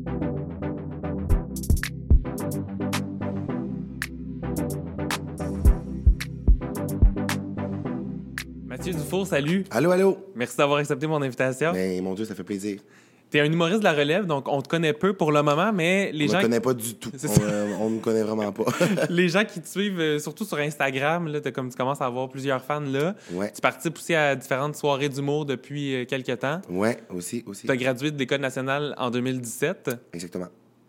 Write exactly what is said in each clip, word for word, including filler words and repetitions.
Mathieu Dufour, salut. Allô, allô. Merci d'avoir accepté mon invitation. Mais mon Dieu, ça fait plaisir. T'es un humoriste de la relève, donc on te connaît peu pour le moment, mais les on gens... On ne connaît pas du tout. C'est on ça. euh, on ne connaît vraiment pas. Les gens qui te suivent, euh, surtout sur Instagram, là, t'as comme tu commences à avoir plusieurs fans là. Ouais. Tu participes aussi à différentes soirées d'humour depuis euh, quelques temps. Ouais, aussi, aussi. Tu as gradué de l'École nationale en deux mille dix-sept. Exactement.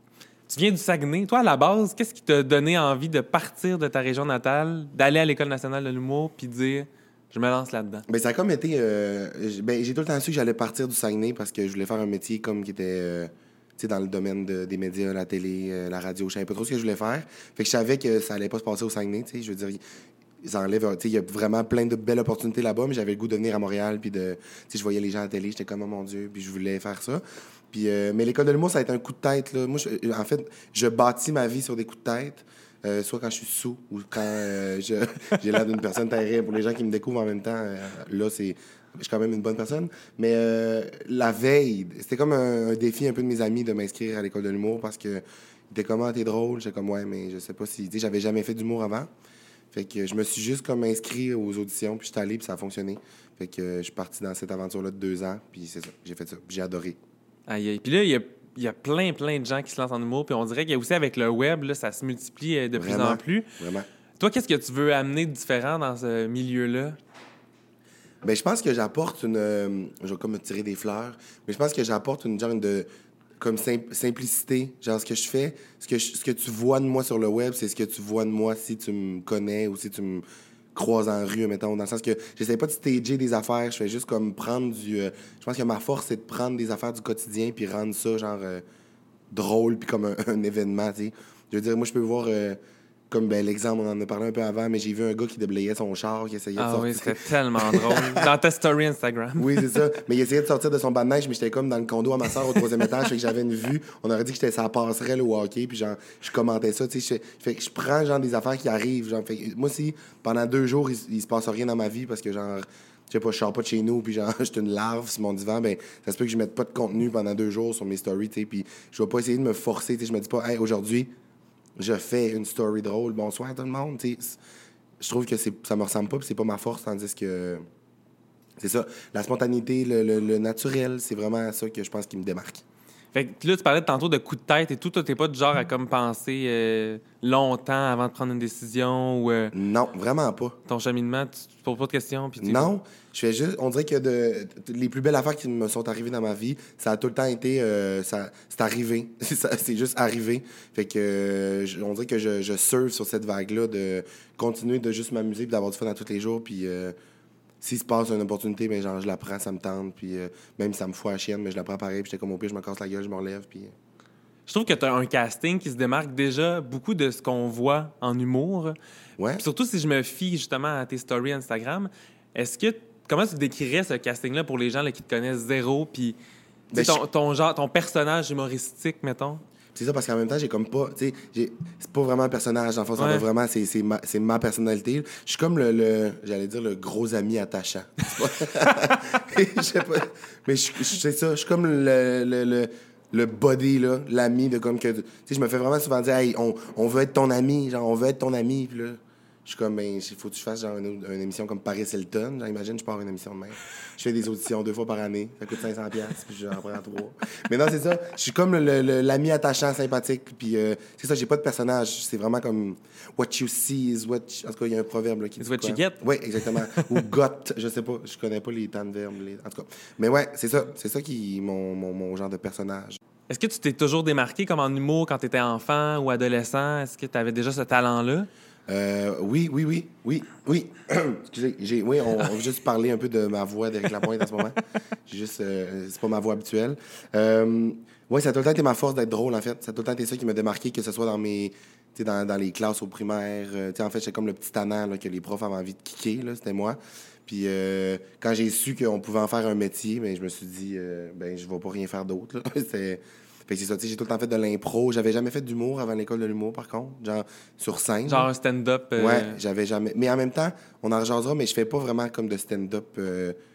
Tu viens du Saguenay. Toi, à la base, qu'est-ce qui t'a donné envie de partir de ta région natale, d'aller à l'École nationale de l'humour, puis de dire « je me lance là-dedans ». Ben, ça a comme été... Euh, j- ben, j'ai tout le temps su que j'allais partir du Saguenay parce que je voulais faire un métier comme qui était... Euh, tu sais, dans le domaine de- des médias, la télé, euh, la radio. Je savais pas trop ce que je voulais faire. Fait que je savais que ça allait pas se passer au Saguenay, tu sais. Je veux dire, ils enlèvent... Tu sais, il y a vraiment plein de belles opportunités là-bas, mais j'avais le goût de venir à Montréal, puis de... Tu sais, je voyais les gens à la télé, j'étais comme, oh mon Dieu, puis je voulais faire ça. Puis, euh, mais l'école de l'humour, ça a été un coup de tête, là. Moi, je- en fait, je bâtis ma vie sur des coups de tête. Euh, soit quand je suis sous ou quand euh, je, j'ai l'air d'une personne terrible. Pour les gens qui me découvrent en même temps, euh, là, c'est... Je suis quand même une bonne personne. Mais euh, la veille, c'était comme un, un défi un peu de mes amis de m'inscrire à l'école de l'humour parce que ils étaient comme, ah, t'es drôle. J'étais comme, ouais, mais je sais pas si... Tu sais, j'avais jamais fait d'humour avant. Fait que je me suis juste comme inscrit aux auditions, puis je suis allé, puis ça a fonctionné. Fait que euh, je suis parti dans cette aventure-là de deux ans, puis c'est ça. J'ai fait ça. Puis j'ai adoré. Aïe, aïe. Puis là, il y a, il y a plein, plein de gens qui se lancent en humour, puis on dirait qu'il y a aussi avec le web, là, ça se multiplie euh, de plus Vraiment. en plus. Vraiment. Toi, qu'est-ce que tu veux amener de différent dans ce milieu-là? Ben, je pense que j'apporte une... euh, je vais comme me tirer des fleurs, mais je pense que j'apporte une genre de... comme sim- simplicité. Genre, ce que je fais, ce que, je- ce que tu vois de moi sur le web, c'est ce que tu vois de moi si tu me connais ou si tu me croises en rue, mettons. Dans le sens que j'essaie pas de stager des affaires, je fais juste comme prendre du... euh, je pense que ma force, c'est de prendre des affaires du quotidien puis rendre ça, genre, euh, drôle puis comme un, un événement, tu sais. Je veux dire, moi, je peux voir... euh, comme ben, l'exemple, on en a parlé un peu avant, mais j'ai vu un gars qui déblayait son char, qui essayait de Ah sortir. oui, c'était tellement drôle. Dans ta story Instagram. Oui, c'est ça. Mais il essayait de sortir de son banc de neige, mais j'étais comme dans le condo à ma soeur au troisième étage, fait que j'avais une vue. On aurait dit que j'étais sa passerelle au hockey, puis genre, je commentais ça, tu sais. je- Fait que je prends genre des affaires qui arrivent. Genre, fait que moi, si pendant deux jours, il, il se passe rien dans ma vie parce que genre, je sais pas, je sors pas de chez nous, puis genre, je suis une larve sur mon divan, ben, ça se peut que je mette pas de contenu pendant deux jours sur mes stories, tu sais. Puis je vais pas essayer de me forcer, tu sais. Je me dis pas, hey, aujourd'hui, je fais une story drôle, bonsoir tout le monde, tu sais. Je trouve que c'est, ça me ressemble pas, puis c'est pas ma force, tandis que. C'est ça. La spontanéité, le, le- le naturel, c'est vraiment ça que je pense qui me démarque. Fait que là, tu parlais tantôt de coups de tête et tout. Toi, t'es pas du genre à comme penser euh, longtemps avant de prendre une décision ou euh, Non, vraiment pas. ton cheminement, tu te poses pas de questions. Puis tu... Non, je fais juste. On dirait que de, de- les plus belles affaires qui me sont arrivées dans ma vie, ça a tout le temps été. euh, ça, c'est arrivé. Ça- c'est juste arrivé. Fait que. euh, je- on dirait que je, je surfe sur cette vague-là de continuer de juste m'amuser puis d'avoir du fun à tous les jours. Puis. euh, S'il se passe une opportunité, ben genre, je la prends, ça me tente. Puis euh, même si ça me fout à la chienne, mais je la prends pareil. Puis j'étais comme au pire, je me casse la gueule, je me relève. Puis. Je trouve que tu as un casting qui se démarque déjà beaucoup de ce qu'on voit en humour. Ouais. Puis surtout si je me fie justement à tes stories Instagram, est-ce que comment tu décrirais ce casting-là pour les gens là, qui te connaissent zéro, puis tu sais, Ben, ton, ton genre, ton personnage humoristique, mettons? C'est ça, parce qu'en même temps, j'ai comme pas. Tu sais, j'ai- c'est pas vraiment un personnage. En fait, ça Ouais. va vraiment. C'est, c'est, ma, c'est ma personnalité. Je suis comme le, le- J'allais dire le gros ami attachant. C'est pas- Je sais pas. Mais je, je- c'est ça. Je suis comme le, le, le, le body, là. L'ami de comme que. Tu sais, je me fais vraiment souvent dire, hey, on, on veut être ton ami. Genre, on veut être ton ami. Puis là. Je suis comme, ben, il faut que tu fasses genre une, une émission comme Paris Hilton. Genre, imagine, je pars une émission de même. Je fais des auditions deux fois par année. Ça coûte cinq cents dollars, puis j'en prends trois. Mais non, c'est ça. Je suis comme le- le- l'ami attachant, sympathique. Puis euh, c'est ça, j'ai pas de personnage. C'est vraiment comme what you see is what. you- En tout cas, il y a un proverbe là, qui Is dit what quoi. you get. Oui, exactement. Ou got, je sais pas. Je connais pas les temps de verbes. les- En tout cas. Mais ouais, c'est ça. C'est ça qui est mon, mon, mon genre de personnage. Est-ce que tu t'es toujours démarqué comme en humour quand tu étais enfant ou adolescent? Est-ce que tu avais déjà ce talent-là? Euh, oui, oui, oui, oui, oui. Excusez, j'ai, oui, on, on veut juste parler un peu de ma voix d'Éric Lapointe en ce moment. J'ai juste, euh, c'est pas ma voix habituelle. Euh, oui, ça a tout le temps été ma force d'être drôle, en fait. Ça a tout le temps été ça qui m'a démarqué, que ce soit dans mes, tu sais, dans, dans les classes au primaire. Euh, tu sais, en fait, j'étais comme le petit tannant là, que les profs avaient envie de kicker, là, c'était moi. Puis euh, quand j'ai su qu'on pouvait en faire un métier, ben, je me suis dit, euh, ben, je vais pas rien faire d'autre, là. C'est... Fait que c'est ça, tu sais, j'ai tout le temps fait de l'impro. J'avais jamais fait d'humour avant l'école de l'humour, par contre. Genre, sur scène. Genre un stand-up? euh, Ouais, j'avais jamais. Mais en même temps, on en rejasera, mais je fais pas vraiment comme de stand-up euh,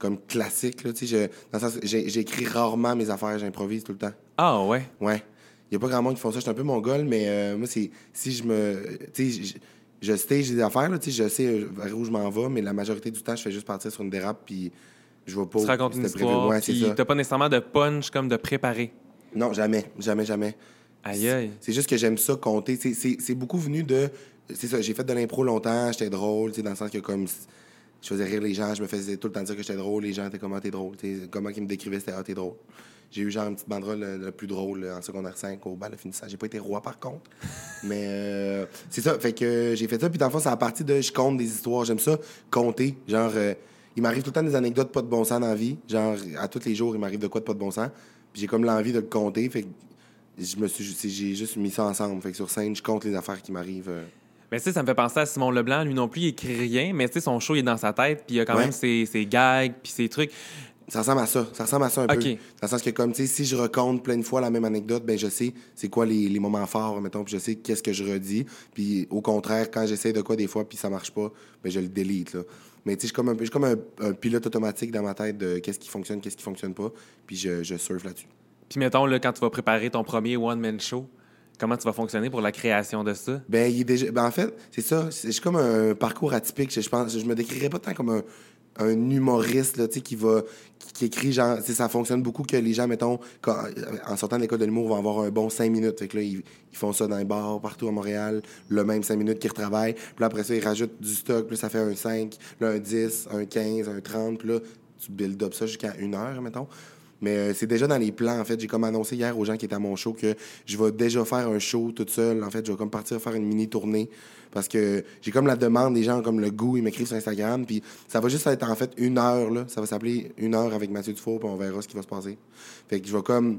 comme classique, là, tu sais, je- dans le sens, j'ai- j'écris rarement mes affaires, j'improvise tout le temps. Ah, ouais. Ouais. Il y a pas grand monde qui font ça, je suis un peu mongol, mais euh, moi, c'est, si je me, tu sais, je, je stage des affaires, là, tu sais, je sais euh, vers où je m'en vais, mais la majorité du temps, je fais juste partir sur une dérape, puis je vois pas Tu où racontes une c'était prévu. histoire, Ouais, c'est puis ça. t'as pas nécessairement de punch comme de préparer. Non, jamais, jamais, jamais. Aïe, aïe. C'est juste que j'aime ça compter. C'est, c'est, c'est beaucoup venu de. C'est ça, j'ai fait de l'impro longtemps, j'étais drôle, tu sais, dans le sens que comme. Je faisais rire les gens, je me faisais tout le temps dire que j'étais drôle, les gens étaient comment t'es drôle, tu sais, comment ils me décrivaient, c'était ah, t'es drôle. J'ai eu genre une petite banderole le, le plus drôle là, en secondaire cinq au bal de finissant. J'ai pas été roi par contre. Mais euh, c'est ça, fait que euh, j'ai fait ça, puis dans le fond, c'est à partir de je compte des histoires, j'aime ça, compter. Genre, euh, il m'arrive tout le temps des anecdotes pas de bon sens dans la vie. Genre, à tous les jours, il m'arrive de quoi de pas de bon sens. Puis j'ai comme l'envie de le compter, fait que je me suis, c'est- j'ai juste mis ça ensemble. Fait que sur scène, je compte les affaires qui m'arrivent. euh. Mais tu sais, ça me fait penser à Simon Leblanc. Lui non plus, il écrit rien, mais tu sais, son show, il est dans sa tête, puis il y a quand Ouais. même ses, ses gags, puis ses trucs. Ça ressemble à ça. Ça ressemble à ça un OK. peu. Dans le sens que, comme, tu sais, si je raconte plein de fois la même anecdote, ben je sais c'est quoi les, les moments forts, mettons, puis je sais qu'est-ce que je redis. Puis au contraire, quand j'essaie de quoi des fois, puis ça marche pas, ben je le délite, là. Mais tu sais, je suis comme, un, peu- je suis comme un, un pilote automatique dans ma tête de qu'est-ce qui fonctionne, qu'est-ce qui fonctionne pas, puis je, je surfe là-dessus. Puis mettons, là, quand tu vas préparer ton premier one-man show, comment tu vas fonctionner pour la création de ça? Ben, il est déjà. Ben, en fait, c'est ça. C'est- Je suis comme un parcours atypique. Je, je pense, je me décrirais pas tant comme un, un humoriste, là, tu sais, qui va. Qui, qui écrit, genre. Tu sais, ça fonctionne beaucoup que les gens, mettons, quand- en sortant de l'école de l'humour, vont avoir un bon cinq minutes. Fait que là, ils, ils font ça dans les bars, partout à Montréal, le même cinq minutes qu'ils retravaillent. Puis là, après ça, ils rajoutent du stock. Puis là, ça fait un cinq, là, un dix, un quinze, un trente. Puis là, tu build up ça jusqu'à une heure, mettons. Mais euh, c'est déjà dans les plans, en fait. J'ai comme annoncé hier aux gens qui étaient à mon show que je vais déjà faire un show toute seule. En fait, je vais comme partir faire une mini-tournée. Parce que j'ai comme la demande, des gens ont comme le goût, ils m'écrivent sur Instagram. Puis ça va juste être en fait une heure, là. Ça va s'appeler Une heure avec Mathieu Dufour, puis on verra ce qui va se passer. Fait que je vais comme.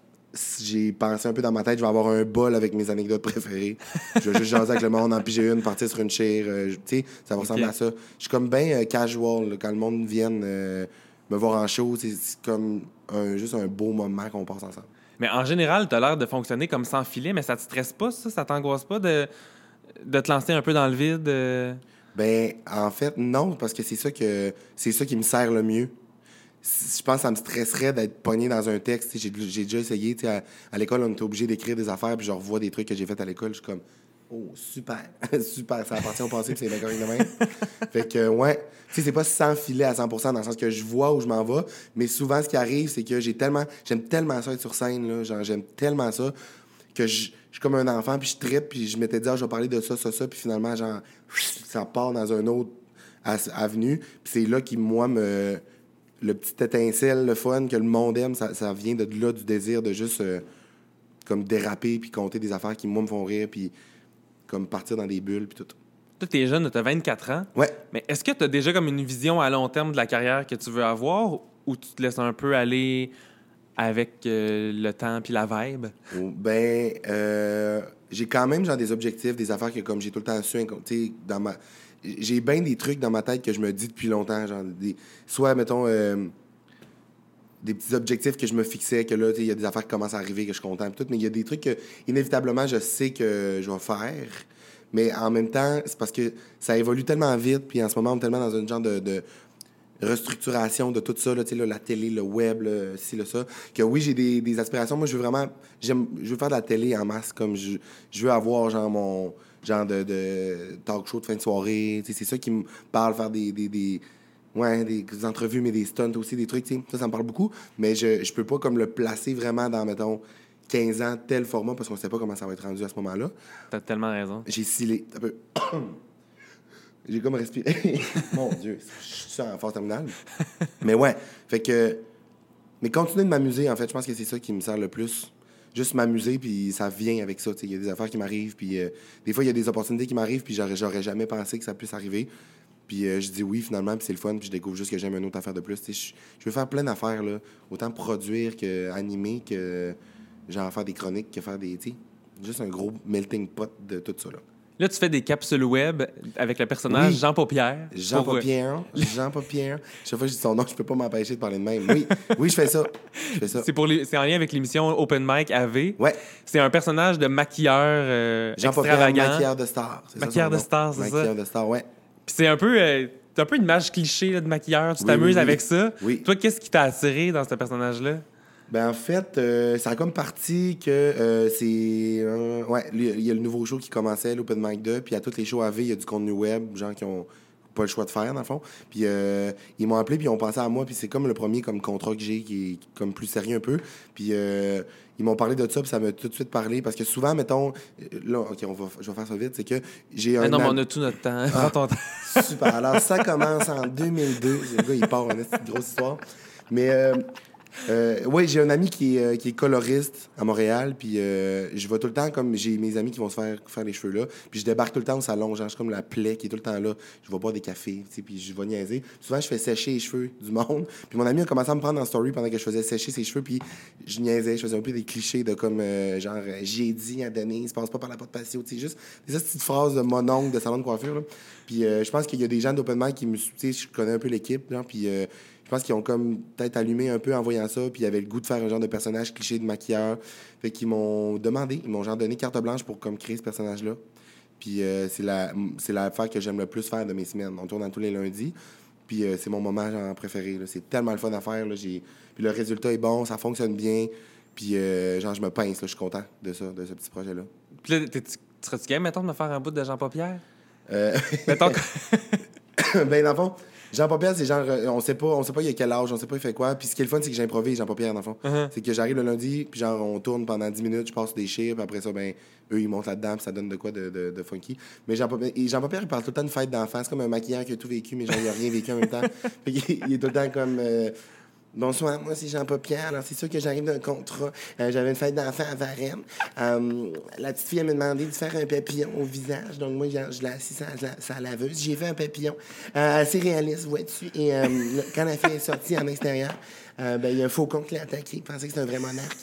J'ai pensé un peu dans ma tête, je vais avoir un bol avec mes anecdotes préférées. Je vais juste jaser avec le monde, en piger une, partir sur une chair. euh, tu sais, ça va ressembler Ok. à ça. Je suis comme bien casual, là, quand le monde vienne euh, me voir en show. C'est c'est comme un, juste un beau moment qu'on passe ensemble. Mais en général, t'as l'air de fonctionner comme sans filet, mais ça te stresse pas, ça? Ça t'angoisse pas de, de te lancer un peu dans le vide? euh? Ben, en fait, non, parce que c'est ça que c'est ça qui me sert le mieux. Si- Je pense que ça me stresserait d'être pogné dans un texte. Tu sais, J'ai j'ai déjà essayé. Tu sais, À, à l'école, on était obligé d'écrire des affaires, puis je revois des trucs que j'ai fait à l'école. Je suis comme, oh, super, super, ça appartient au passé, puis c'est bien correct de même. Fait que, ouais, tu sais, c'est pas sans filet à cent pour cent dans le sens que je vois où je m'en vais, mais souvent, ce qui arrive, c'est que j'ai tellement, j'aime tellement ça être sur scène, là, genre, j'aime tellement ça que je, je suis comme un enfant, puis je trippe, puis je m'étais dit, ah, je vais parler de ça, ça, ça, puis finalement, genre, ça part dans un autre as- avenue, puis c'est là qui, moi, me. Le petit étincelle, le fun que le monde aime, ça, ça vient de là, du désir de juste, euh, comme déraper, puis compter des affaires qui, moi, me font rire, puis comme partir dans des bulles, puis tout. Toi, t'es jeune, t'as vingt-quatre ans. Ouais. Mais est-ce que t'as déjà comme une vision à long terme de la carrière que tu veux avoir ou tu te laisses un peu aller avec euh, le temps puis la vibe? Oh, Ben, euh, j'ai quand même genre des objectifs, des affaires que comme j'ai tout le temps su, incon- tu sais, dans ma, j'ai bien des trucs dans ma tête que je me dis depuis longtemps, genre des, soit mettons euh, des petits objectifs que je me fixais, que là, tu sais, il y a des affaires qui commencent à arriver, que je suis content, pis tout, mais il y a des trucs que inévitablement je sais que je vais faire, mais en même temps, c'est parce que ça évolue tellement vite, puis en ce moment, on est tellement dans un genre de, de restructuration de tout ça, là, tu sais, là, la télé, le web, là, ci, là, ça, que oui, j'ai des, des aspirations. Moi, je veux vraiment... J'aime, je veux faire de la télé en masse, comme je, je veux avoir, genre, mon genre de, de talk show de fin de soirée. Tu sais, c'est ça qui me parle, faire des... des, des ouais, des entrevues, mais des stunts aussi, des trucs, tu sais. Ça, ça me parle beaucoup, mais je, je peux pas, comme, le placer vraiment dans, mettons, quinze ans, tel format, parce qu'on sait pas comment ça va être rendu à ce moment-là. T'as tellement raison. J'ai scellé un peu... J'ai comme respiré. Mon Dieu, je suis en phase terminale. Mais ouais, fait que... Mais continuer de m'amuser, en fait, je pense que c'est ça qui me sert le plus. Juste m'amuser, puis ça vient avec ça. Il y a des affaires qui m'arrivent, puis euh, des fois, il y a des opportunités qui m'arrivent, puis j'aurais, j'aurais jamais pensé que ça puisse arriver. Puis euh, je dis oui, finalement, puis c'est le fun, puis je découvre juste que j'aime une autre affaire de plus. Je, je veux faire plein d'affaires, là. Autant produire que animer, que genre faire des chroniques, que faire des... T'sais, juste un gros melting pot de tout ça, là. Là, tu fais des capsules web avec le personnage Oui. Jean Paupière. Jean Pour- Paupière, Jean Paupière. Chaque fois que je dis son nom, je peux pas m'empêcher de parler de même. Oui, oui, je fais ça. Je fais ça. C'est, pour les- c'est en lien avec l'émission Open Mic A V. Ouais, C'est un personnage de maquilleur euh, Jean Paupière, extravagant. maquilleur de star. C'est ça, Maquilleur son de nom. star, c'est ça? Maquilleur de star, ouais. Puis c'est un peu... euh, t'as un peu une image cliché là, de maquilleur, tu Oui, t'amuses oui, oui. avec ça. Oui. Toi, qu'est-ce qui t'a attiré dans ce personnage-là? Ben, en fait, euh, ça a comme parti que euh, c'est... euh, ouais, il y a le nouveau show qui commençait, l'Open Mic deux, puis à toutes les shows A V, il y a du contenu web, gens qui ont pas le choix de faire, dans le fond. Puis euh, ils m'ont appelé, puis ils ont pensé à moi, puis c'est comme le premier comme contrat que j'ai, qui est comme plus sérieux un peu. Puis euh, ils m'ont parlé de ça, puis ça m'a tout de suite parlé, parce que souvent, mettons... euh, Là, OK, on va, je vais faire ça vite, c'est que j'ai un... Mais non, mais am- on a tout notre temps. Ah. Prends ton temps. Super. Alors, ça commence en deux mille deux. Le gars, il part en une grosse histoire. Mais, euh, euh, oui, j'ai un ami qui est, euh, qui est coloriste à Montréal. Puis, euh, je vais tout le temps, comme j'ai mes amis qui vont se faire faire les cheveux là. Puis, je débarque tout le temps au salon. Genre, je suis comme la plaie qui est tout le temps là. Je vais boire des cafés, tu sais, puis je vais niaiser. Souvent, je fais sécher les cheveux du monde. Puis, mon ami a commencé à me prendre en story pendant que je faisais sécher ses cheveux. Puis, je niaisais. Je faisais un peu des clichés de comme, euh, genre, euh, j'ai dit à Denise, passe pas par la porte patio. Tu sais, juste des petites phrases de mon oncle de salon de coiffure, là. Puis euh, je pense qu'il y a des gens d'Open Mic qui me... Tu sais, je connais un peu l'équipe, genre, puis euh, je pense qu'ils ont comme peut-être allumé un peu en voyant ça, puis ils avaient le goût de faire un genre de personnage cliché de maquilleur. Fait qu'ils m'ont demandé, ils m'ont genre donné carte blanche pour comme créer ce personnage-là. Puis euh, c'est la c'est l'affaire que j'aime le plus faire de mes semaines. On tourne dans tous les lundis, puis euh, c'est mon moment genre préféré, là. C'est tellement le fun à faire, là. J'ai... Puis le résultat est bon, ça fonctionne bien, puis euh, genre je me pince, là. Je suis content de ça, de ce petit projet-là. Puis là, t'es- tu serais-tu game, mettons, de me faire un bout de Jean Paupière? Euh... Mettons que... ben, dans le fond, Jean Paupière, c'est genre, euh, on sait pas, on sait pas il a quel âge, on sait pas il fait quoi. Puis ce qui est le fun, c'est que j'improvise Jean Paupière, dans le fond. Uh-huh. C'est que j'arrive le lundi, puis genre, on tourne pendant dix minutes, je passe des chires, puis après ça, ben, eux, ils montent là-dedans, puis ça donne de quoi de, de, de funky. Mais Jean Paupière, et Jean Paupière, il parle tout le temps de fête d'enfants. C'est comme un maquilleur qui a tout vécu, mais genre, il a rien vécu en même temps. Fait qu'il- il est tout le temps comme. euh, Bonsoir, moi c'est Jean Paupière. Alors, c'est sûr que j'arrive d'un contrat. Euh, j'avais une fête d'enfant à Varennes. Euh, la petite fille, elle m'a demandé de faire un papillon au visage. Donc, moi, je l'ai assis sur la, sur la laveuse. J'ai fait un papillon euh, assez réaliste, vois-tu. Et euh, le- quand la fille est sortie en extérieur, euh, ben, il y a un faucon qui l'a attaqué. Il pensait que c'était un vrai monarque.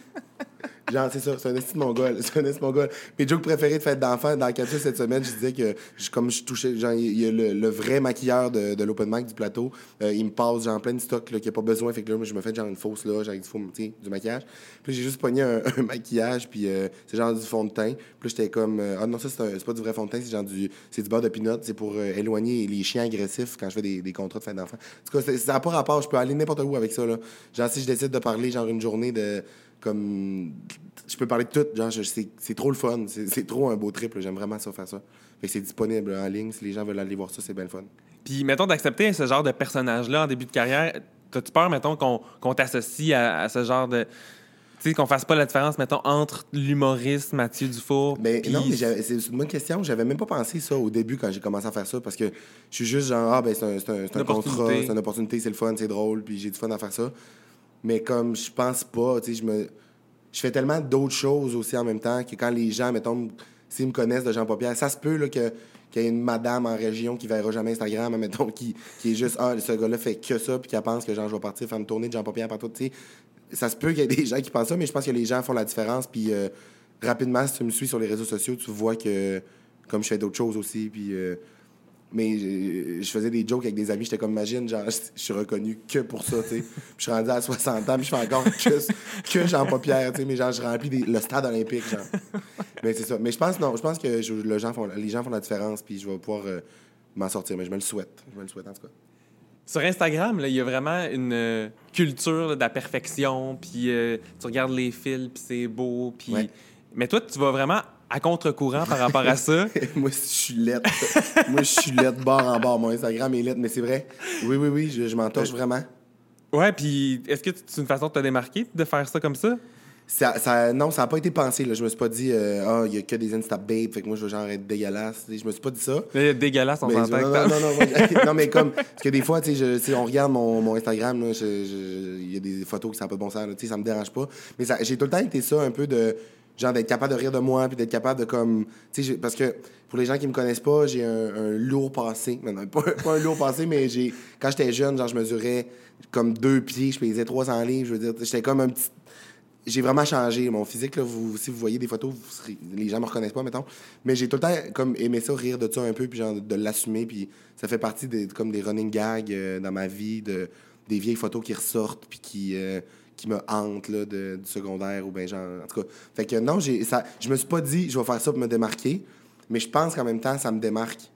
Genre, c'est ça, c'est un esti de mongol. C'est un esti de mongol. Mes jokes préférés de fête d'enfant, dans le capsule cette semaine, je disais que, je, comme je touchais, genre, il y a le, le vrai maquilleur de, de l'Open Mic du plateau, euh, il me passe, genre, plein de stock, là, qu'il n'y a pas besoin. Fait que là, moi, je me fais, genre, une fausse, là, genre, il faut, tu sais, du maquillage. Puis j'ai juste pogné un, un maquillage, puis euh, c'est genre du fond de teint. Puis là, j'étais comme, euh, ah non, ça, c'est, un- c'est pas du vrai fond de teint, c'est genre du, c'est du beurre de pinot. C'est pour euh, éloigner les chiens agressifs quand je fais des, des contrats de fête d'enfant. En tout cas, c'est- ça n'a pas rapport, je peux aller n'importe où avec ça, là. Genre, si je décide de parler, genre, une journée de. Comme je peux parler de tout, genre je- c'est, c'est trop le fun, c'est, c'est trop un beau trip, là. J'aime vraiment ça faire ça. Fait que c'est disponible en ligne, si les gens veulent aller voir ça, c'est bien le fun. Puis, mettons, d'accepter ce genre de personnage-là en début de carrière, t'as-tu peur, mettons, qu'on, qu'on t'associe à, à ce genre de... Tu sais, qu'on fasse pas la différence, mettons, entre l'humoriste Mathieu Dufour Mais puis... non, mais j'avais- c'est une bonne question. J'avais même pas pensé ça au début quand j'ai commencé à faire ça parce que je suis juste genre, ah ben c'est un, c'est un, c'est un Une contrat, opportunité. c'est une opportunité, c'est le fun, c'est drôle, puis j'ai du fun à faire ça. Mais comme je pense pas, tu sais, je me. Je fais tellement d'autres choses aussi en même temps que quand les gens, mettons, s'ils me connaissent de Jean Paupière, ça se peut là, que, qu'il y ait une madame en région qui verra jamais Instagram, mettons, qui, qui est juste, ah, ce gars-là fait que ça, puis qui pense que genre, je vais partir faire une tournée de Jean Paupière partout, tu sais. Ça se peut qu'il y ait des gens qui pensent ça, mais je pense que les gens font la différence, puis euh, rapidement, si tu me suis sur les réseaux sociaux, tu vois que, comme je fais d'autres choses aussi, puis. euh, mais je, je faisais des jokes avec des amis, j'étais comme, imagine, genre, je je suis reconnu que pour ça, tu sais. Puis je suis rendu à soixante ans, puis je fais encore que, que Jean Paupière, tu sais, mais genre, je remplis des- le stade olympique, genre. Mais c'est ça. Mais je pense, non, je pense que je- le gens font, les gens font la différence, puis je vais pouvoir euh, m'en sortir, mais je me le souhaite. Je me le souhaite, en tout cas. Sur Instagram, là, il y a vraiment une euh, culture là, de la perfection, puis euh, tu regardes les fils, puis c'est beau, puis... Ouais. Mais toi, tu vas vraiment à contre-courant par rapport à ça. Moi, je suis lettre. Moi, je suis lettre bord en bord. Mon Instagram est lettre, mais c'est vrai. Oui, oui, oui, je, je m'en touche vraiment. Ouais, puis est-ce que c'est une façon de te démarquer, de faire ça comme ça? Ça, ça- non, ça n'a pas été pensé. Là. Je me suis pas dit, euh, ah, il y a que des Insta babes, fait que moi, je vais genre être dégueulasse. Tu sais, je me suis pas dit ça. Là, dégueulasse, on Mais s'entend. non, que t'as- non, non, non, moi, non, mais comme, parce que des fois, tu sais, je- tu sais, on regarde mon, mon Instagram, là, je- je- il y a des photos qui sont pas de bon sens, là, tu sais, ça me dérange pas. Mais ça- j'ai tout le temps été ça, un peu de, genre, d'être capable de rire de moi, puis d'être capable de, comme, tu sais, j'ai- parce que pour les gens qui me connaissent pas, j'ai un, un lourd passé. Non, non, pas, pas un lourd passé, mais j'ai, quand j'étais jeune, genre, je mesurais comme deux pieds, je pesais trois cents livres, je veux dire, j'étais comme un petit. J'ai vraiment changé. Mon physique, là, vous, si vous voyez des photos, vous serez- les gens me reconnaissent pas, mettons. Mais j'ai tout le temps comme aimé ça, rire de ça un peu, puis genre de l'assumer. Puis ça fait partie des, comme des running gags euh, dans ma vie, de, des vieilles photos qui ressortent, puis qui, euh, qui me hantent là, de- du secondaire, ou bien genre. En tout cas. Fait que non, j'ai, ça, je me suis pas dit, je vais faire ça pour me démarquer, mais je pense qu'en même temps, ça me démarque.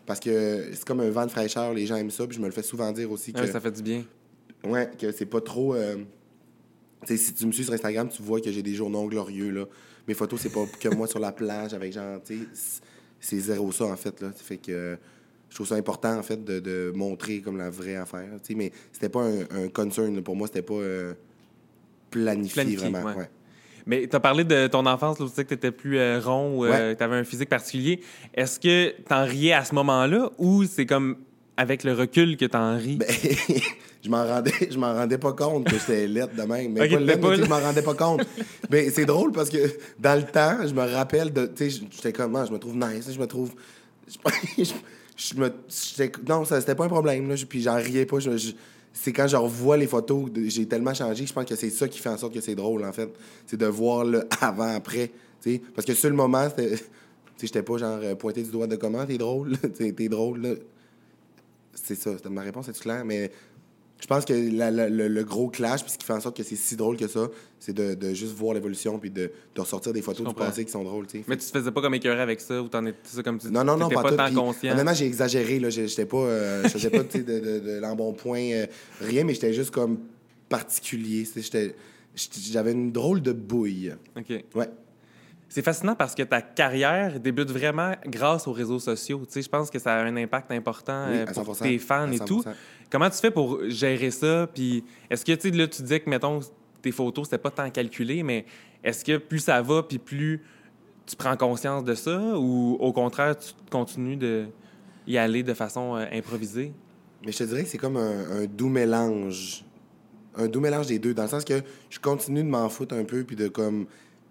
Parce que c'est comme un vent de fraîcheur, les gens aiment ça, puis je me le fais souvent dire aussi que... Ah oui, ça fait du bien. Ouais, que c'est pas trop... Euh... Tu sais, si tu me suis sur Instagram, tu vois que j'ai des jours non glorieux, là. Mes photos, c'est pas que moi sur la plage avec genre, tu sais, c'est zéro ça, en fait, là. Ça fait que je trouve ça important, en fait, de, de montrer comme la vraie affaire, tu sais. Mais c'était pas un, un concern, là. Pour moi, c'était pas euh, planifié, Planifié, vraiment, ouais. ouais. Mais tu as parlé de ton enfance, là, tu disais que tu étais plus euh, rond ou euh, Ouais. tu avais un physique particulier. Est-ce que tu en riais à ce moment-là ou c'est comme avec le recul que tu en ris? Ben, je m'en rendais, je m'en rendais pas compte que j'étais laide de même. Mais Ok, pas t'étais laide, pas mais tu sais, là. je m'en rendais pas compte. Ben, c'est drôle parce que dans le temps, je me rappelle de. Tu sais, j'étais comme, ah, je me trouve nice, je me trouve. Je, je, je me. j'étais- Non, ça, c'était pas un problème, là. Je- Puis j'en riais pas. Je- je- c'est quand je revois les photos, de- j'ai tellement changé que je pense que c'est ça qui fait en sorte que c'est drôle, en fait. C'est de voir le avant-après. Tu sais, parce que sur le moment, c'était. Tu sais, j'étais pas genre euh, pointé du doigt de comment, t'es drôle, t'es, t'es drôle, là. C'est ça, c'était ma réponse, c'est-tu clair? Mais je pense que la- la- le, le gros clash, puis ce qui fait en sorte que c'est si drôle que ça, c'est de, de juste voir l'évolution puis de, de ressortir des Je photos du comprends. passé qui sont drôles, tu sais. Mais tu te faisais pas comme écœuré avec ça ou t'en étais ça comme tu Non, non, non, t'étais pas, pas tout. tant Puis, conscient? honnêtement, j'ai exagéré, là. J'ai- J'étais pas... euh, je faisais pas, tu sais, de, de, de l'embonpoint, euh, rien, mais j'étais juste comme particulier. Tu sais, j'étais- j'étais- J'avais une drôle de bouille. OK. Ouais. C'est fascinant parce que ta carrière débute vraiment grâce aux réseaux sociaux. Tu sais, je pense que ça a un impact important Oui, euh, à pour cent pour cent. tes fans À et cent tout. pour cent. Comment tu fais pour gérer ça? Puis est-ce que, tu sais, là, tu disais que, mettons, tes photos, c'était pas tant calculé, mais est-ce que plus ça va, puis plus tu prends conscience de ça, ou au contraire, tu continues de y aller de façon euh, improvisée? Mais je te dirais que c'est comme un, un doux mélange. Un doux mélange des deux, dans le sens que je continue de m'en foutre un peu, puis de comme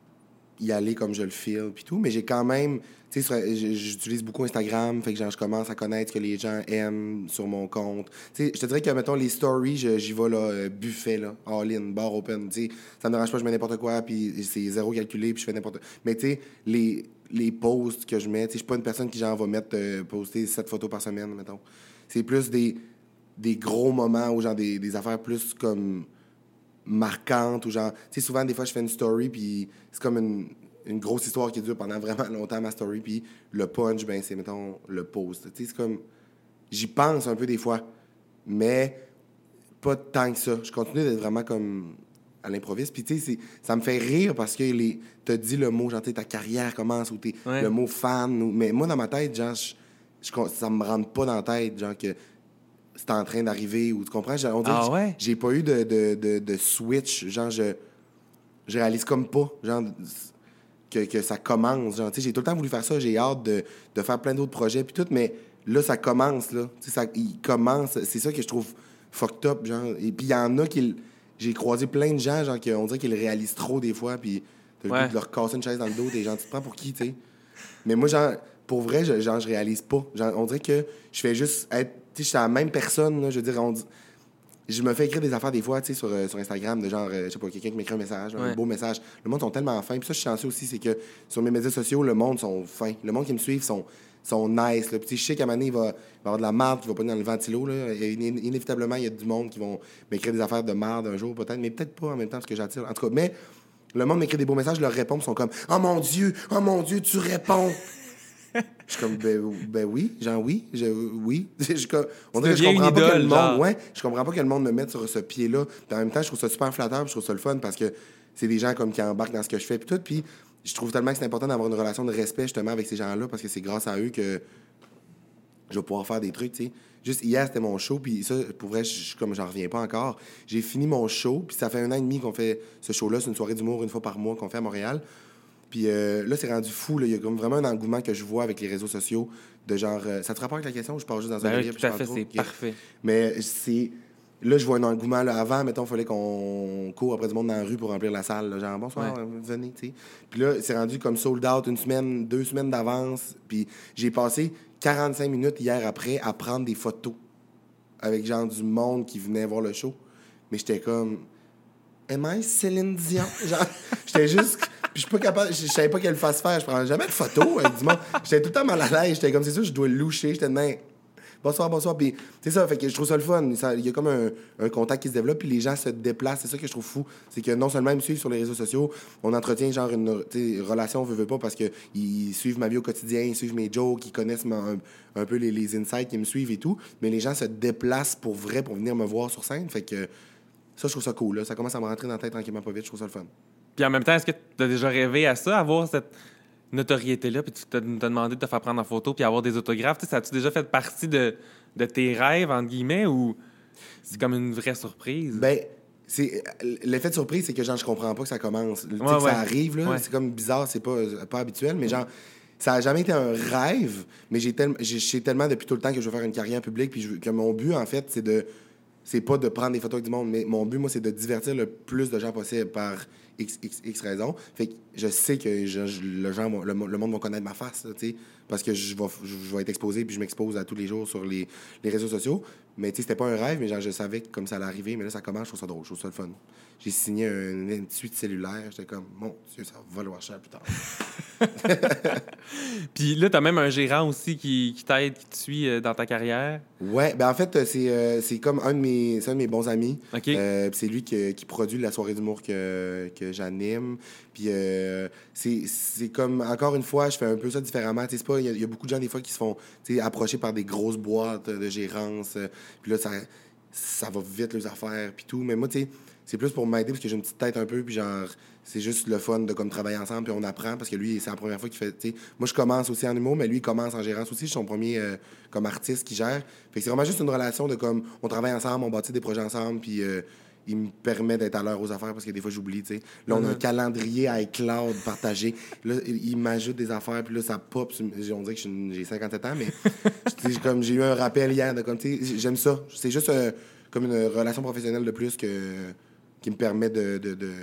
y aller comme je le feel, puis tout, mais j'ai quand même, tu sais, sur- j- j'utilise beaucoup Instagram, fait que genre, je commence à connaître ce que les gens aiment sur mon compte. Tu sais, je te dirais que, mettons, les stories, je- j'y vais, là, euh, buffet, là, all-in, bar open, tu sais, ça me dérange pas, je mets n'importe quoi, puis c'est zéro calculé, puis je fais n'importe... Mais tu sais, les, les posts que je mets, tu sais, je suis pas une personne qui, genre, va mettre, euh, poster sept photos par semaine, mettons. C'est plus des, des gros moments ou, genre, des, des affaires plus comme marquante ou genre, tu sais, souvent, des fois, je fais une story, puis c'est comme une, une grosse histoire qui dure pendant vraiment longtemps, ma story, puis le punch, ben, c'est, mettons, le post. Tu sais, c'est comme, j'y pense un peu des fois, mais pas tant que ça. Je continue d'être vraiment comme à l'improviste, puis tu sais, c'est- ça me fait rire parce que les, t'as dit le mot, genre, tu sais, ta carrière commence, ou t'es, Ouais. le mot fan, ou, mais moi, dans ma tête, genre, je, je, ça me rentre pas dans la tête, genre, que c'est en train d'arriver, ou tu comprends? Genre, on dirait Ah que ouais? j'ai pas eu de, de, de, de switch, genre, je, je réalise comme pas, genre, que, que ça commence, genre, tu sais, j'ai tout le temps voulu faire ça, j'ai hâte de, de faire plein d'autres projets, puis tout, mais là, ça commence, là, tu sais, ça, il commence, c'est ça que je trouve fucked up, genre, et puis il y en a qui, l- j'ai croisé plein de gens, genre, qu'on dirait qu'ils le réalisent trop des fois, puis t'as le Ouais. goût de leur casser une chaise dans le dos, t'es genre, tu te prends pour qui, tu sais? Mais moi, genre, pour vrai, je, genre, je réalise pas. Genre, on dirait que je fais juste être. Tu sais, je suis la même personne, là, je veux dire, on dit- je me fais écrire des affaires des fois, tu sais, sur, euh, sur Instagram, de genre, euh, je sais pas, quelqu'un qui m'écrit un message, Ouais. un beau message. Le monde sont tellement fins. Puis ça, je suis chanceux aussi, c'est que sur mes médias sociaux, le monde sont fins. Le monde qui me suit sont, sont nice. Là. Puis tu sais, je sais qu'à un moment donné, il va, il va y avoir de la marde qui va pas dans le ventilo. Là. Et iné- inévitablement, il y a du monde qui vont m'écrire des affaires de marde un jour, peut-être, mais peut-être pas en même temps, parce que j'attire. En tout cas, mais le monde m'écrit des beaux messages, je leur réponds, ils sont comme « Oh mon Dieu! Oh mon Dieu, tu réponds! » Je suis comme, ben, ben oui, genre oui, je, oui. Je suis comme- on dirait que je deviens une comprends pas que idole, le monde, genre. ouais, je comprends pas que le monde me mette sur ce pied-là. Puis en même temps, je trouve ça super flatteur, puis je trouve ça le fun parce que c'est des gens comme qui embarquent dans ce que je fais, puis tout. Puis je trouve tellement que c'est important d'avoir une relation de respect justement avec ces gens-là parce que c'est grâce à eux que je vais pouvoir faire des trucs, tu sais. Juste hier, c'était mon show, puis ça, pour vrai, je je- comme j'en reviens pas encore. J'ai fini mon show, puis ça fait un an et demi qu'on fait ce show-là. C'est une soirée d'humour une fois par mois qu'on fait à Montréal. Puis euh, là, c'est rendu fou. Là. Il y a comme vraiment un engouement que je vois avec les réseaux sociaux de genre... euh, ça te rapporte avec la question ou je pars juste dans un Ben oui, délire, puis tout à je fait, parle c'est trop? Ok. parfait. Mais c'est... Là, je vois un engouement. Là. Avant, mettons, il fallait qu'on court après du monde dans la rue pour remplir la salle. là. Genre, bonsoir, Ouais. euh, venez, tu sais. Puis là, c'est rendu comme sold out une semaine, deux semaines d'avance. Puis j'ai passé quarante-cinq minutes hier après à prendre des photos avec genre du monde qui venait voir le show. Mais j'étais comme... Am I Céline Dion? Genre, j'étais juste... Puis je suis pas capable... Je je savais pas quelle face faire. Je prends jamais de photos avec du monde. J'étais tout le temps mal à l'aise. J'étais comme, c'est sûr, je dois le loucher. J'étais de même... bonsoir, bonsoir. Puis c'est ça, fait que je trouve ça le fun. Il y a comme un, un contact qui se développe, puis les gens se déplacent. C'est ça que je trouve fou. C'est que non seulement ils me suivent sur les réseaux sociaux, on entretient genre une relation, on veut, veut pas, parce qu'ils suivent ma vie au quotidien, ils suivent mes jokes, ils connaissent ma, un, un peu les, les insights, ils me suivent et tout. Mais les gens se déplacent pour vrai, pour venir me voir sur scène. Fait que ça, je trouve ça cool. Là. Ça commence à me rentrer dans la tête tranquillement pas vite. Je trouve ça le fun. Puis en même temps, est-ce que tu as déjà rêvé à ça, avoir cette notoriété-là, puis tu t'as demandé de te faire prendre en photo, puis avoir des autographes? T'sais, ça a-tu déjà fait partie de, de tes rêves, entre guillemets, ou c'est comme une vraie surprise? Ben, c'est l'effet de surprise, c'est que genre, je comprends pas que ça commence. Ouais, que ouais. ça arrive, là, ouais. c'est comme bizarre, c'est pas, pas habituel, mais genre, ça a jamais été un rêve, mais j'ai tel, j'ai, je sais tellement depuis tout le temps que je veux faire une carrière publique, puis je, que mon but, en fait, c'est de c'est pas de prendre des photos avec du monde, mais mon but, moi, c'est de divertir le plus de gens possible par X, X, X raisons. Fait que je sais que je, je, le, gens, le, le monde va connaître ma face, tu sais, parce que je vais, je vais être exposé, puis je m'expose à tous les jours sur les, les réseaux sociaux. Mais tu sais, c'était pas un rêve, mais genre, je savais que comme ça allait arriver, mais là, ça commence, je trouve ça drôle, je trouve ça le fun. J'ai signé un, une suite cellulaire, j'étais comme, mon Dieu, ça va valoir cher plus tard. Puis là, t'as même un gérant aussi qui, qui t'aide, qui te suit dans ta carrière. Ouais, ben en fait, c'est, euh, c'est comme un de mes, c'est un de mes bons amis. OK. Euh, c'est lui qui, qui produit la soirée d'humour que, que j'anime. Puis euh, c'est, c'est comme, encore une fois, je fais un peu ça différemment. C'est pas, il y, y, a beaucoup de gens, des fois, qui se font approcher par des grosses boîtes de gérance. Puis là, ça, ça va vite, les affaires, puis tout. Mais moi, tu sais, c'est plus pour m'aider parce que j'ai une petite tête un peu, puis genre, c'est juste le fun de comme travailler ensemble, puis on apprend parce que lui, c'est la première fois qu'il fait. T'sais, moi, je commence aussi en humour, mais lui, il commence en gérance aussi. Je suis son premier euh, comme artiste qui gère. Fait que c'est vraiment juste une relation de comme, on travaille ensemble, on bâtit des projets ensemble, puis euh, il me permet d'être à l'heure aux affaires parce que des fois, j'oublie, tu sais. Là, on a un calendrier à iCloud partagé. Là, il m'ajoute des affaires, puis là, ça pop. On dirait que j'ai cinquante-sept ans, mais comme j'ai eu un rappel hier de comme, tu sais, j'aime ça. C'est juste euh, comme une relation professionnelle de plus que qui me permet de... de, de...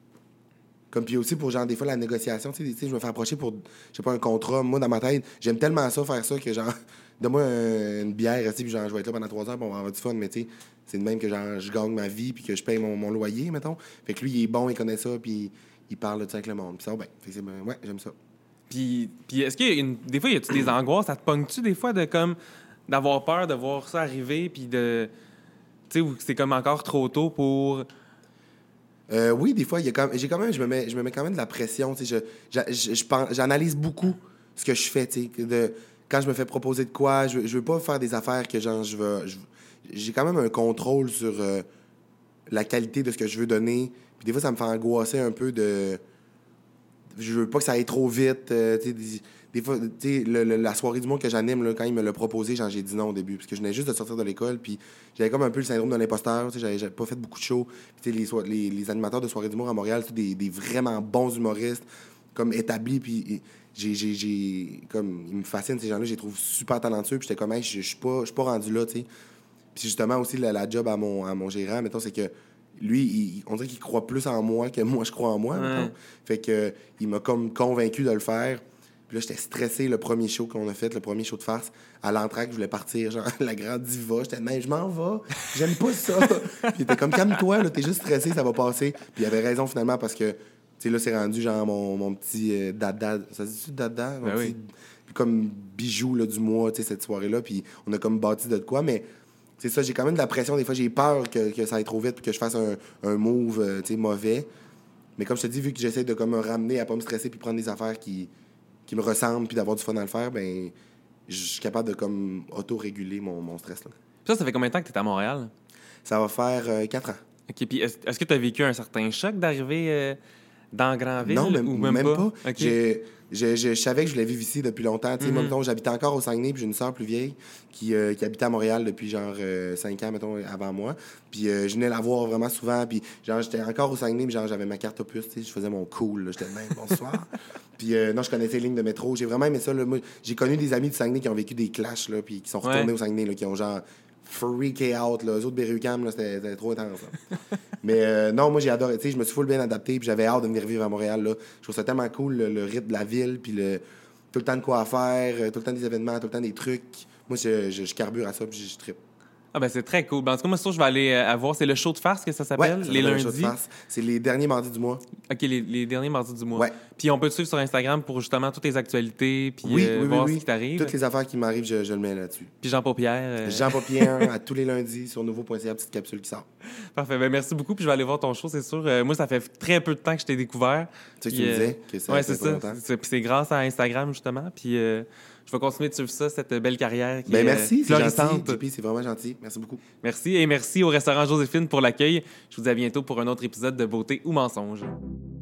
Comme puis aussi pour genre des fois la négociation, tu sais, je me fais approcher pour, je sais pas, un contrat. Moi, dans ma tête, j'aime tellement ça, faire ça, que genre, donne-moi un, une bière, puis genre, je vais être là pendant trois heures, puis on va avoir du fun, mais tu sais, c'est de même que genre, je gagne ma vie, puis que je paye mon, mon loyer, mettons. Fait que lui, il est bon, il connaît ça, puis il parle de ça avec le monde. Puis ça, ben, fait que c'est, ben, ouais, j'aime ça. Puis, puis est-ce qu'il y a une... Des fois, y a-tu des angoisses? Ça te pogne-tu des fois de comme d'avoir peur de voir ça arriver, puis de... Tu sais, ou c'est comme encore trop tôt pour... Euh, oui, des fois, il y a quand même, j'ai quand même, je me mets, je me mets quand même de la pression. Je, je, je, je pense, j'analyse beaucoup ce que je fais. De, quand je me fais proposer de quoi, je, je veux pas faire des affaires que genre, je veux. Je, j'ai quand même un contrôle sur euh, la qualité de ce que je veux donner. Puis des fois, ça me fait angoisser un peu de. Je veux pas que ça aille trop vite. Euh, des, des fois, tu sais, le, le, la soirée du monde que j'anime, là, quand il me l'a proposé, genre, j'ai dit non au début. Parce que je venais juste de sortir de l'école. Puis j'avais comme un peu le syndrome de l'imposteur. J'avais, j'avais pas fait beaucoup de shows. Puis les, so- les, les animateurs de soirée d'humour à Montréal, c'est des, des vraiment bons humoristes, comme établis. Puis j'ai, j'ai, j'ai, comme, ils me fascinent, ces gens-là. Je les trouve super talentueux. Puis j'étais comme, hey, je suis pas, pas rendu là, tu sais. Puis justement, aussi, la, la job à mon, à mon gérant, mettons, c'est que lui, il, on dirait qu'il croit plus en moi que moi, je crois en moi. Ouais. Fait que il m'a comme convaincu de le faire. Puis là, j'étais stressé le premier show qu'on a fait, le premier show de farce. À l'entraque, je voulais partir, genre, la grande diva. J'étais, mais je m'en vais, j'aime pas ça. Puis il était comme, calme-toi, là, t'es juste stressé, ça va passer. Puis il avait raison finalement parce que, tu sais, là, c'est rendu genre mon, mon petit euh, dada. Ça se dit-tu dada? Mon Ben petit, oui. comme bijou là, du mois, tu sais, cette soirée-là. Puis on a comme bâti de quoi, mais. C'est ça, j'ai quand même de la pression. Des fois, j'ai peur que, que ça aille trop vite et que je fasse un, un move euh, mauvais. Mais comme je te dis, vu que j'essaie de comme, me ramener à pas me stresser puis prendre des affaires qui, qui me ressemblent puis d'avoir du fun à le faire, ben je suis capable de comme auto-réguler mon, mon stress. Là. Ça, ça fait combien de temps que tu es à Montréal? Ça va faire euh, quatre ans. OK. Puis est-ce, est-ce que tu as vécu un certain choc d'arriver euh, dans Grandville? Non, même, ou même, même pas? pas. OK. J'ai, je, je, je savais que je voulais vivre ici depuis longtemps. Tu sais, Mhm. moi, mettons, j'habitais encore au Saguenay, puis j'ai une sœur plus vieille qui, euh, qui habitait à Montréal depuis genre euh, cinq ans, mettons, avant moi. Puis euh, je venais la voir vraiment souvent. Puis genre, j'étais encore au Saguenay, puis genre, j'avais ma carte opus, tu sais, je faisais mon cool, là, j'étais même bonsoir. Puis euh, non, je connaissais les lignes de métro. J'ai vraiment aimé ça. Là. Moi, j'ai connu des amis du Saguenay qui ont vécu des clashs, là, puis qui sont retournés Ouais. au Saguenay, là, qui ont genre freaké out. Là. Eux autres, Berry-UQAM, là, c'était, c'était trop intense. Là. Mais euh, non, moi, j'ai adoré. Tu sais, je me suis full bien adapté, puis j'avais hâte de venir vivre à Montréal. Là. Je trouve ça tellement cool, le, le rythme de la ville, puis le, tout le temps de quoi à faire, tout le temps des événements, tout le temps des trucs. Moi, je, je, je carbure à ça, puis je, je trippe. Ah, ben c'est très cool. Ben, en tout cas, moi, c'est sûr, je vais aller euh, à voir. C'est le show de farce que ça Ouais, s'appelle, ça les s'appelle le show de lundis. farce. C'est les derniers mardis du mois. OK, les, les derniers mardis du mois. Ouais. Puis on peut te suivre sur Instagram pour justement toutes tes actualités, puis Oui, euh, oui, oui, voir oui. ce qui t'arrive. Toutes les affaires qui m'arrivent, je, je le mets là-dessus. Puis Jean Paupière. euh, Jean Paupière, à tous les lundis, sur nouveau point c a, petite capsule qui sort. Parfait. Ben, merci beaucoup. Puis je vais aller voir ton show, c'est sûr. Euh, moi, ça fait très peu de temps que je t'ai découvert. Tu sais que Puis, tu me euh, disais que ça ouais, fait c'est pas ça. longtemps. C'est ça. Puis c'est grâce à Instagram, justement. Puis euh, je vais continuer de suivre ça, cette belle carrière qui Ben est merci, euh, c'est gentil. florissante. J P, c'est vraiment gentil. Merci beaucoup. Merci et merci au restaurant Joséphine pour l'accueil. Je vous dis à bientôt pour un autre épisode de Beauté ou Mensonge.